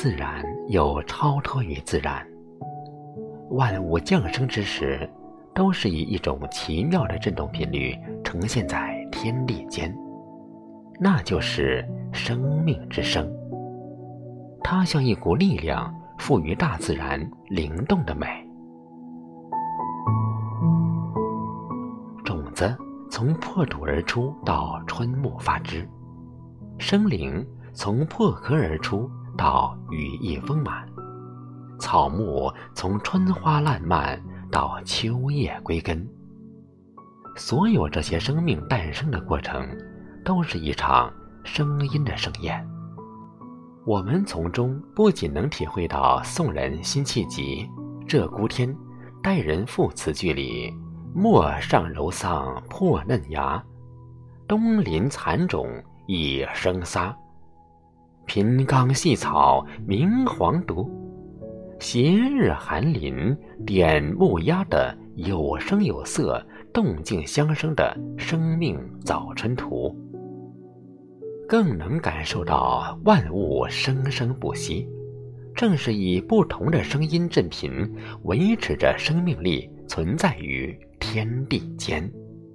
自然，又超脱于自然。万物降生之时，都是以一种奇妙的振动频率呈现在天地间，那就是生命之声。它像一股力量，赋予大自然灵动的美。种子从破土而出到春木发枝，生灵从破壳而出到羽翼丰满，草木从春花烂漫到秋叶归根。所有这些生命诞生的过程，都是一场声音的盛宴。我们从中不仅能体会到宋人辛弃疾《鹧鸪天·代人赋》词句里陌上柔桑破嫩芽，东临蚕种一生撒，频冈细草明黄毒，斜日寒林点木鸦的有声有色、动静相生的生命早春图，更能感受到万物生生不息，正是以不同的声音振频维持着生命力存在于天地间。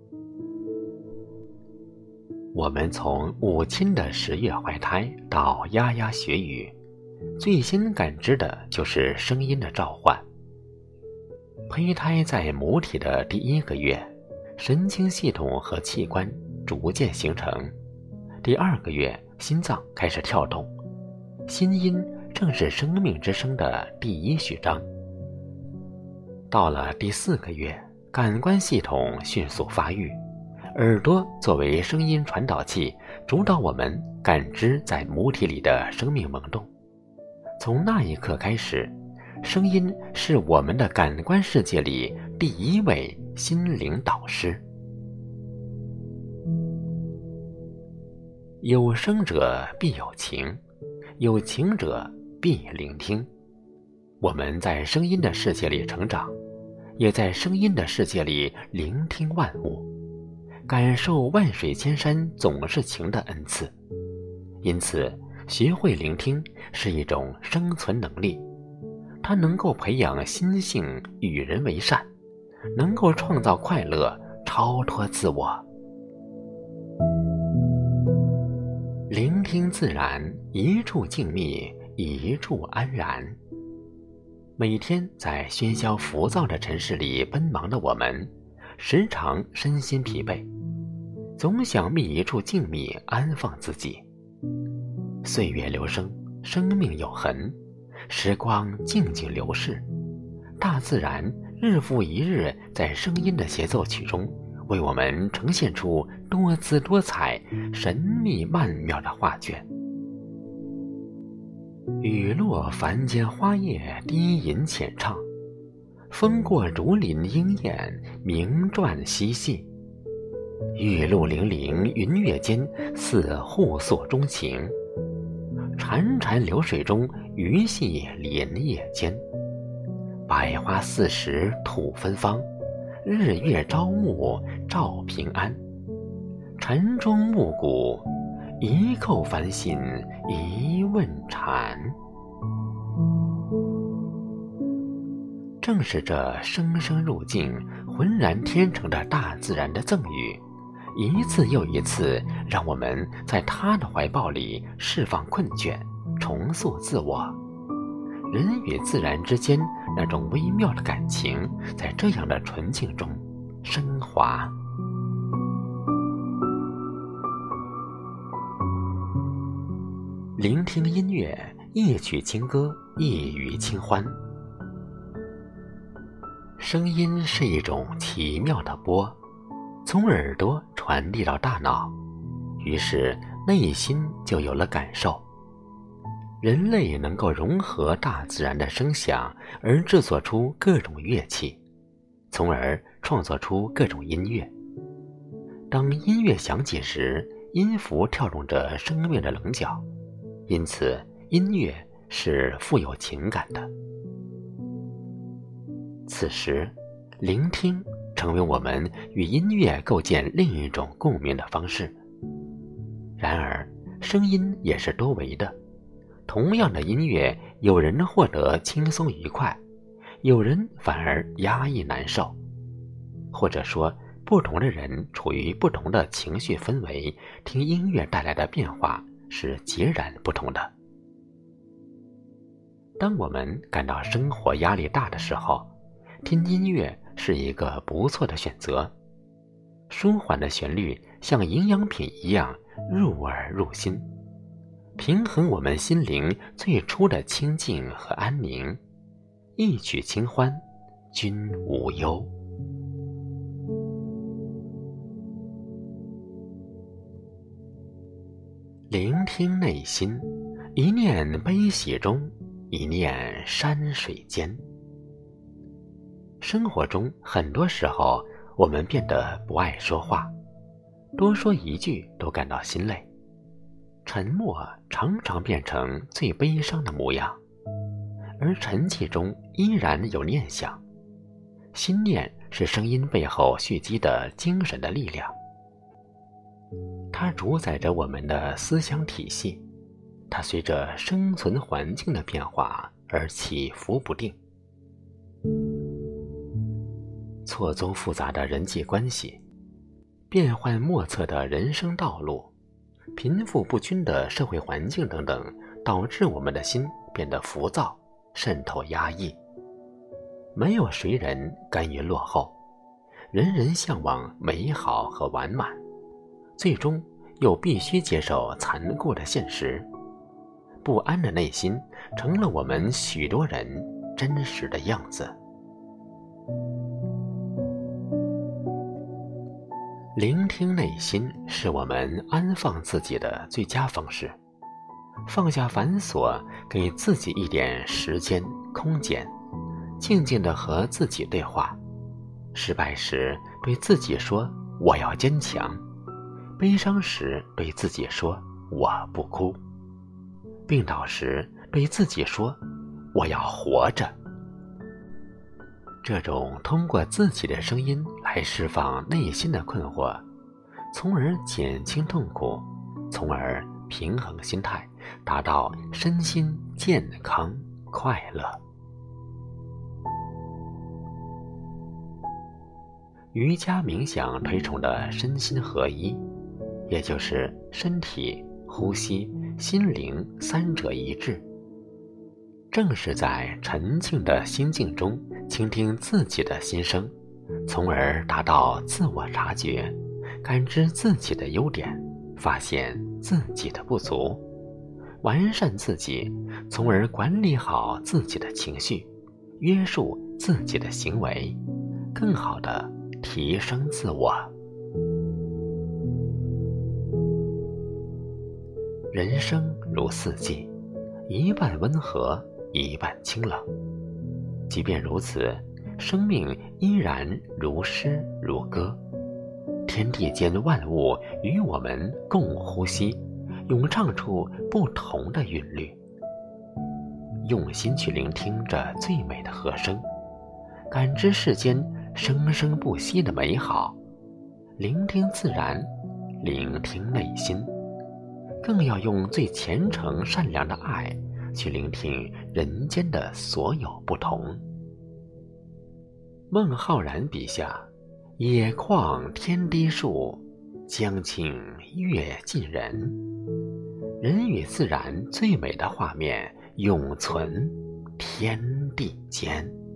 我们从母亲的10月怀胎到牙牙学语，最先感知的就是声音的召唤。胚胎在母体的第1个月，神经系统和器官逐渐形成，第2个月，心脏开始跳动，心音正是生命之声的第1序章。到了第4个月，感官系统迅速发育，耳朵作为声音传导器，主导我们感知在母体里的生命萌动。从那一刻开始，声音是我们的感官世界里第1位心灵导师。有声者必有情，有情者必聆听。我们在声音的世界里成长，也在声音的世界里聆听万物，感受万水千山总是情的恩赐。因此，学会聆听是一种生存能力，它能够培养心性，与人为善，能够创造快乐，超脱自我。聆听自然，一处静谧，一处安然。每天在喧嚣浮躁的城市里奔忙的我们，时常身心疲惫，总想觅一处静谧安放自己。岁月流声，生命有痕，时光静静流逝，大自然日复一日在声音的协奏曲中，为我们呈现出多姿多彩、神秘曼妙的画卷。雨落凡间花叶低吟浅唱，风过竹林莺燕鸣啭嬉戏，玉露零零云月间，似互诉衷情。潺潺流水中，鱼戏莲叶间，百花40吐芬芳，日月朝暮照平安。禅中暮鼓，一叩凡心一问禅。正是这声声入境、浑然天成的大自然的赠予，一次又一次让我们在他的怀抱里释放困倦，重塑自我。人与自然之间那种微妙的感情，在这样的纯净中升华。聆听音乐，一曲清歌，一语清欢。声音是一种奇妙的波，从耳朵传递到大脑，于是内心就有了感受。人类能够融合大自然的声响，而制作出各种乐器，从而创作出各种音乐。当音乐响起时，音符跳动着生命的棱角，因此音乐是富有情感的。此时，聆听成为我们与音乐构建另一种共鸣的方式。然而，声音也是多维的， 同样的音乐，有人获得轻松愉快，有人反而压抑难受。或者说，不同的人处于不同的情绪氛围，听音乐带来的变化是截然不同的。当我们感到生活压力大的时候，听音乐是一个不错的选择。舒缓的旋律像营养品一样入耳入心，平衡我们心灵最初的清静和安宁。一曲清欢，君无忧。聆听内心，一念悲喜中，一念山水间。生活中很多时候，我们变得不爱说话，多说一句都感到心累。沉默常常变成最悲伤的模样，而沉寂中依然有念想。心念是声音背后蓄积的精神的力量，它主宰着我们的思想体系，它随着生存环境的变化而起伏不定。错综复杂的人际关系，变幻莫测的人生道路，贫富不均的社会环境等等，导致我们的心变得浮躁，渗透压抑。没有谁人甘于落后，人人向往美好和完满，最终又必须接受残酷的现实。不安的内心成了我们许多人真实的样子。聆听内心是我们安放自己的最佳方式。放下繁琐，给自己一点时间空间，静静地和自己对话。失败时对自己说我要坚强，悲伤时对自己说我不哭，病倒时对自己说我要活着。这种通过自己的声音来释放内心的困惑，从而减轻痛苦，从而平衡心态，达到身心健康快乐。瑜伽冥想推崇的身心合一，也就是身体、呼吸、心灵三者一致。正是在沉静的心境中倾听自己的心声，从而达到自我察觉，感知自己的优点，发现自己的不足，完善自己，从而管理好自己的情绪，约束自己的行为，更好地提升自我。人生如四季，一半温和，一半清冷。即便如此，生命依然如诗如歌。天地间万物与我们共呼吸，咏唱出不同的韵律。用心去聆听这最美的和声，感知世间生生不息的美好，聆听自然，聆听内心，更要用最虔诚善良的爱去聆听人间的所有不同。孟浩然笔下，野旷天低树，江清月近人。人与自然最美的画面，永存天地间。